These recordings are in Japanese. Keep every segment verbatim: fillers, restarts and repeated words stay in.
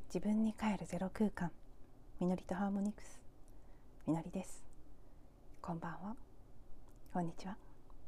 自分に帰るゼロ空間、みのりとハーモニクス、みのりです。こんばんは、こんにちは。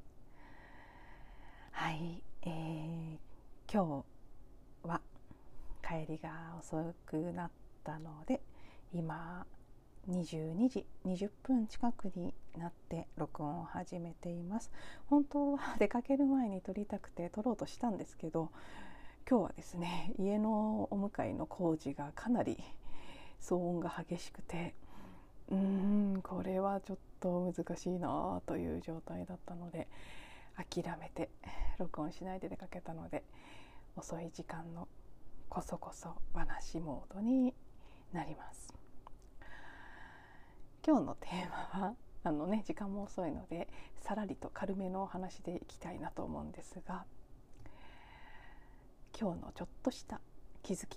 はい、えー、今日は帰りが遅くなったので、今にじゅうにじにじゅっぷん近くになって録音を始めています。本当は出かける前に撮りたくて撮ろうとしたんですけど、今日はですね、家のお向かいの工事がかなり騒音が激しくて、うーんこれはちょっと難しいなという状態だったので、諦めて録音しないで出かけたので、遅い時間のこそこそ話モードになります。今日のテーマはあのね時間も遅いので、さらりと軽めのお話でいきたいなと思うんですが、今日のちょっとした気づき。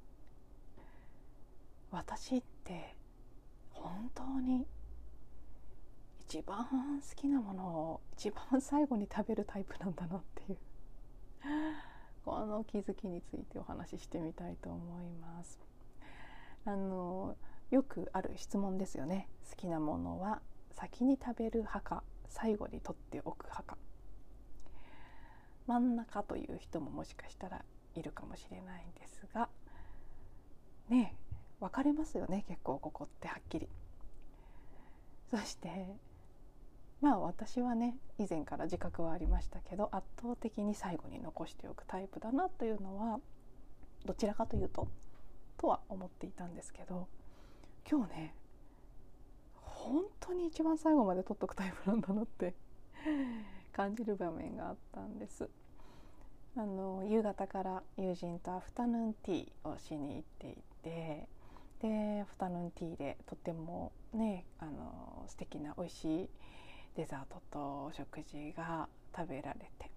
私って本当に一番好きなものを一番最後に食べるタイプなんだなっていうこの気づきについてお話ししてみたいと思います。あのよくある質問ですよね。好きなものは先に食べる派か、最後に取っておく派か。真ん中という人ももしかしたらいるかもしれないんですがね、分かれますよね、結構ここってはっきり。そしてまあ私はね、以前から自覚はありましたけど、圧倒的に最後に残しておくタイプだなというのはどちらかというととは思っていたんですけど、今日ね、本当に一番最後まで取っとくタイプなんだなって感じる場面があったんです。あの夕方から友人とアフタヌーンティーをしに行っていて、でアフタヌーンティーでとてもね、あの素敵な美味しいデザートとお食事が食べられて、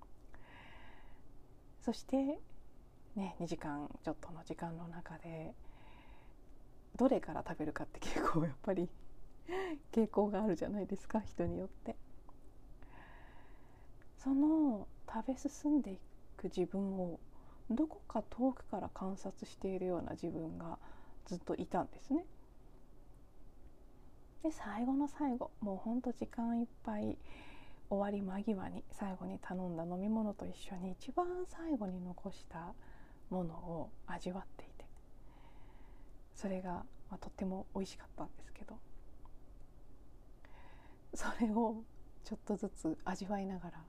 そしてね、にじかんちょっとの時間の中でどれから食べるかって結構やっぱり傾向があるじゃないですか、人によって。その食べ進んでいく自分をどこか遠くから観察しているような自分がずっといたんですね。で最後の最後、もうほんと時間いっぱい、終わり間際に最後に頼んだ飲み物と一緒に一番最後に残したものを味わっていて、それが、まあ、とっても美味しかったんですけど、それをちょっとずつ味わいながら、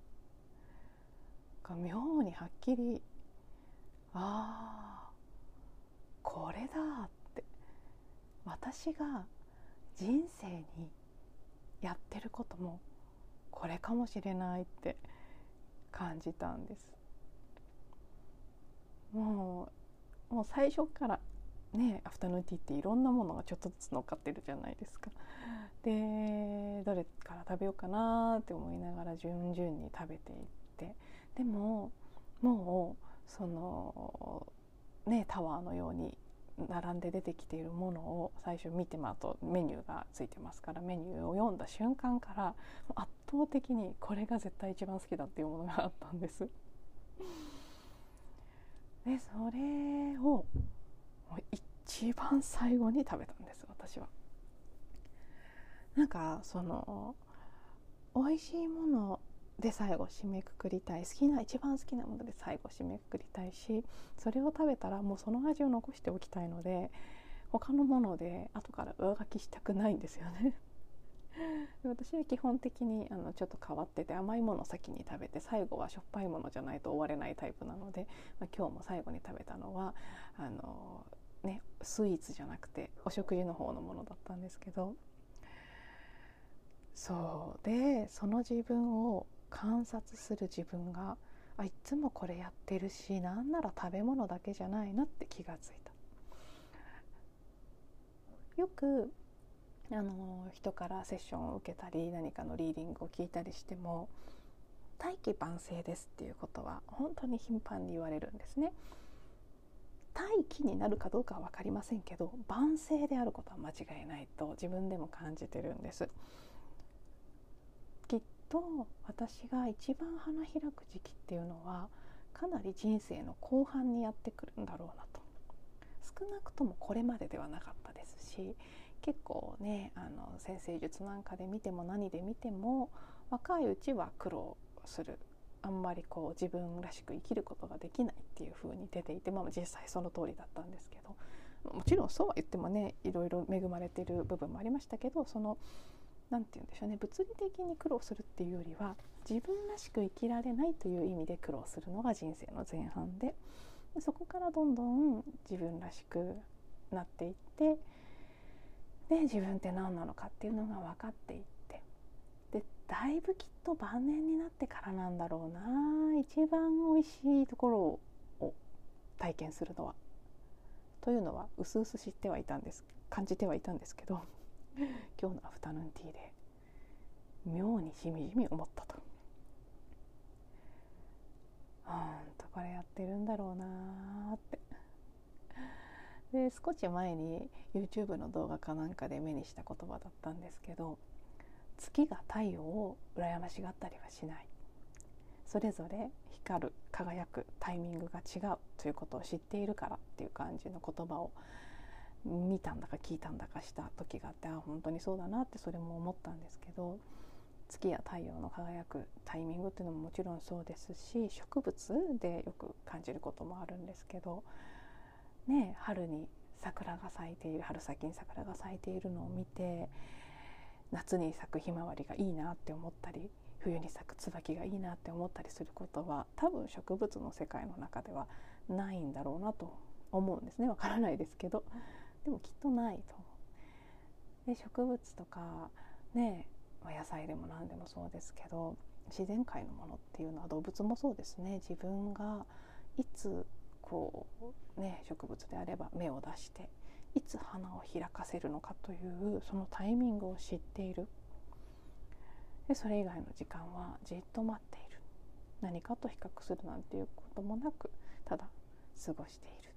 妙にはっきり、ああこれだって、私が人生にやってることもこれかもしれないって感じたんです。もう、もう最初からね、アフタヌーンティーっていろんなものがちょっとずつ乗っかってるじゃないですか。でどれから食べようかなって思いながら順々に食べていって、でももうそのね、タワーのように並んで出てきているものを最初見て、まあ、あとメニューがついてますから、メニューを読んだ瞬間から圧倒的にこれが絶対一番好きだっていうものがあったんです。でそれを一番最後に食べたんです、私は。なんかその美味しいもので最後締めくくりたい、好きな一番好きなもので最後締めくくりたいし、それを食べたらもうその味を残しておきたいので、他のもので後から上書きしたくないんですよね私は基本的にあのちょっと変わってて、甘いものを先に食べて最後はしょっぱいものじゃないと終われないタイプなので、まあ、今日も最後に食べたのはあの、ね、スイーツじゃなくてお食事の方のものだったんですけど、そうでその自分を観察する自分が、あいつもこれやってるし、なんなら食べ物だけじゃないなって気がついた。よくあの人からセッションを受けたり何かのリーディングを聞いたりしても、大器晩成ですっていうことは本当に頻繁に言われるんですね。大器になるかどうかは分かりませんけど、晩成であることは間違いないと自分でも感じてるんです。きっと私が一番花開く時期っていうのはかなり人生の後半にやってくるんだろうなと。 少なくともこれまでではなかったですし、結構ね、あの占星術なんかで見ても何で見ても若いうちは苦労する、あんまりこう自分らしく生きることができないっていう風に出ていて、まあ、実際その通りだったんですけど、もちろんそうは言ってもね、いろいろ恵まれている部分もありましたけど、そのなんて言うんでしょうね、物理的に苦労するっていうよりは自分らしく生きられないという意味で苦労するのが人生の前半で、そこからどんどん自分らしくなっていって、で自分って何なのかっていうのが分かっていって、でだいぶきっと晩年になってからなんだろうな、一番おいしいところを体験するのは、というのはうすうす知ってはいたんです、感じてはいたんですけど、今日のアフタヌーンティーで妙にしみじみ思ったと。ほんとこれやってるんだろうなって。で少し前に YouTube の動画かなんかで目にした言葉だったんですけど、月が太陽を羨ましがったりはしない、それぞれ光る輝くタイミングが違うということを知っているからっていう感じの言葉を見たんだか聞いたんだかした時があって、あ本当にそうだなってそれも思ったんですけど、月や太陽の輝くタイミングっていうのももちろんそうですし、植物でよく感じることもあるんですけどね、春に桜が咲いている、春先に桜が咲いているのを見て、夏に咲くひまわりがいいなって思ったり、冬に咲く椿がいいなって思ったりすることは多分植物の世界の中ではないんだろうなと思うんですね。わからないですけど、でもきっとないと。で植物とかね、野菜でも何でもそうですけど、自然界のものっていうのは、動物もそうですね、自分がいつこうね、植物であれば芽を出していつ花を開かせるのかというそのタイミングを知っている。でそれ以外の時間はじっと待っている、何かと比較するなんていうこともなく、ただ過ごしている。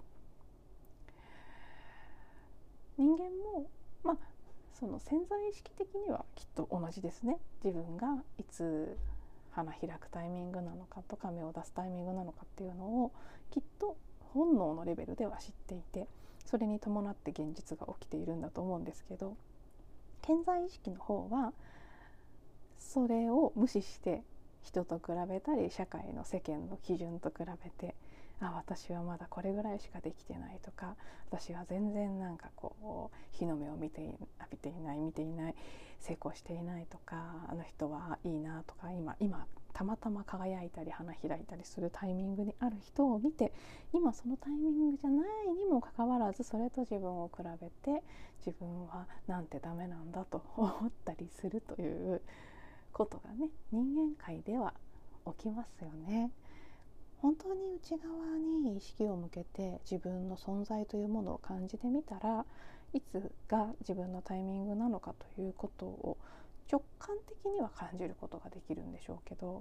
人間もまあその潜在意識的にはきっと同じですね。自分がいつ花開くタイミングなのかとか芽を出すタイミングなのかっていうのをきっと本能のレベルでは知っていて、それに伴って現実が起きているんだと思うんですけど、潜在意識の方はそれを無視して人と比べたり、社会の世間の基準と比べて、あ私はまだこれぐらいしかできてないとか、私は全然なんかこう日の目を見て浴びていない見ていない成功していないとか、あの人はいいなとか、今今たまたま輝いたり花開いたりするタイミングにある人を見て、今そのタイミングじゃないにもかかわらずそれと自分を比べて、自分はなんてダメなんだと思ったりするということがね、人間界では起きますよね。本当に内側に意識を向けて自分の存在というものを感じてみたら、いつが自分のタイミングなのかということを直感的には感じることができるんでしょうけど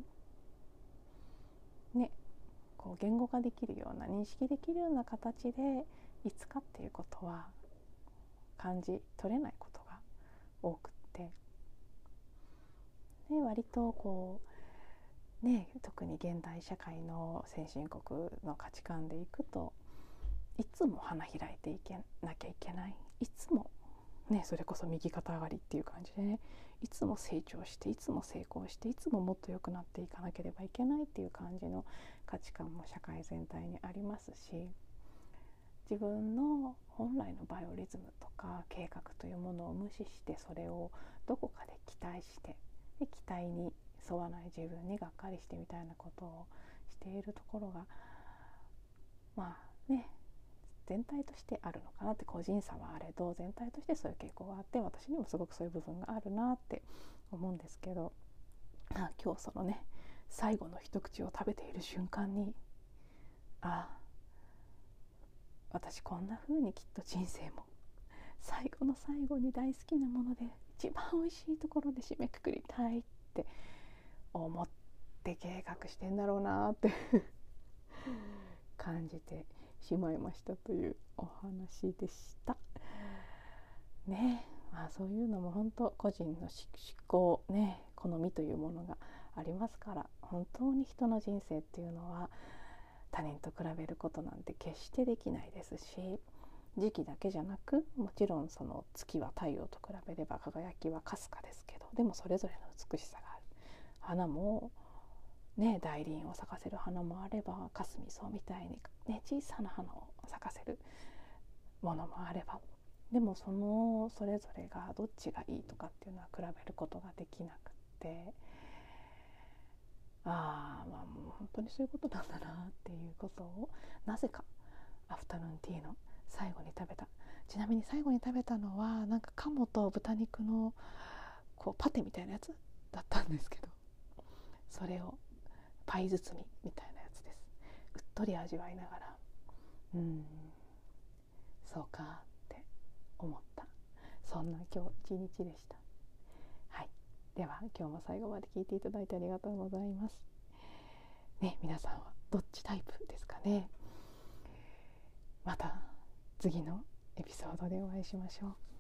ね、こう言語化できるような、認識できるような形でいつかっていうことは感じ取れないことが多くって、で割とこうね、特に現代社会の先進国の価値観でいくと、いつも花開いていけなきゃいけない、いつもね、それこそ右肩上がりっていう感じでね、いつも成長していつも成功していつももっと良くなっていかなければいけないっていう感じの価値観も社会全体にありますし、自分の本来のバイオリズムとか計画というものを無視して、それをどこかで期待して、で期待に沿わない自分にがっかりしてみたいなことをしているところがまあね、全体としてあるのかなって、個人差はあれど全体としてそういう傾向があって、私にもすごくそういう部分があるなって思うんですけど、あ今日そのね最後の一口を食べている瞬間に、あ私こんな風にきっと人生も最後の最後に大好きなもので一番美味しいところで締めくくりたいって思って計画してんだろうなって感じてしまいましたというお話でしたね。まあそういうのも本当個人の思考ね、好みというものがありますから、本当に人の人生っていうのは他人と比べることなんて決してできないですし、 時期だけじゃなく、もちろんその月は太陽と比べれば輝きはかすかですけど、でもそれぞれの美しさがある。花もね、大輪を咲かせる花もあれば、かすみ草みたいに、ね、小さな花を咲かせるものもあれば、でもそのそれぞれがどっちがいいとかっていうのは比べることができなくって、ああまあもう本当にそういうことなんだなっていうことを、なぜかアフタヌーンティーの最後に食べた。ちなみに最後に食べたのはなんか鴨と豚肉のこうパテみたいなやつだったんですけど、それをパイ包みみたいなやつです。うっとり味わいながら、うーんそうかって思った、そんな今日一日でした。はい、では今日も最後まで聞いていただいてありがとうございますね。皆さんはどっちタイプですかね。また次のエピソードでお会いしましょう。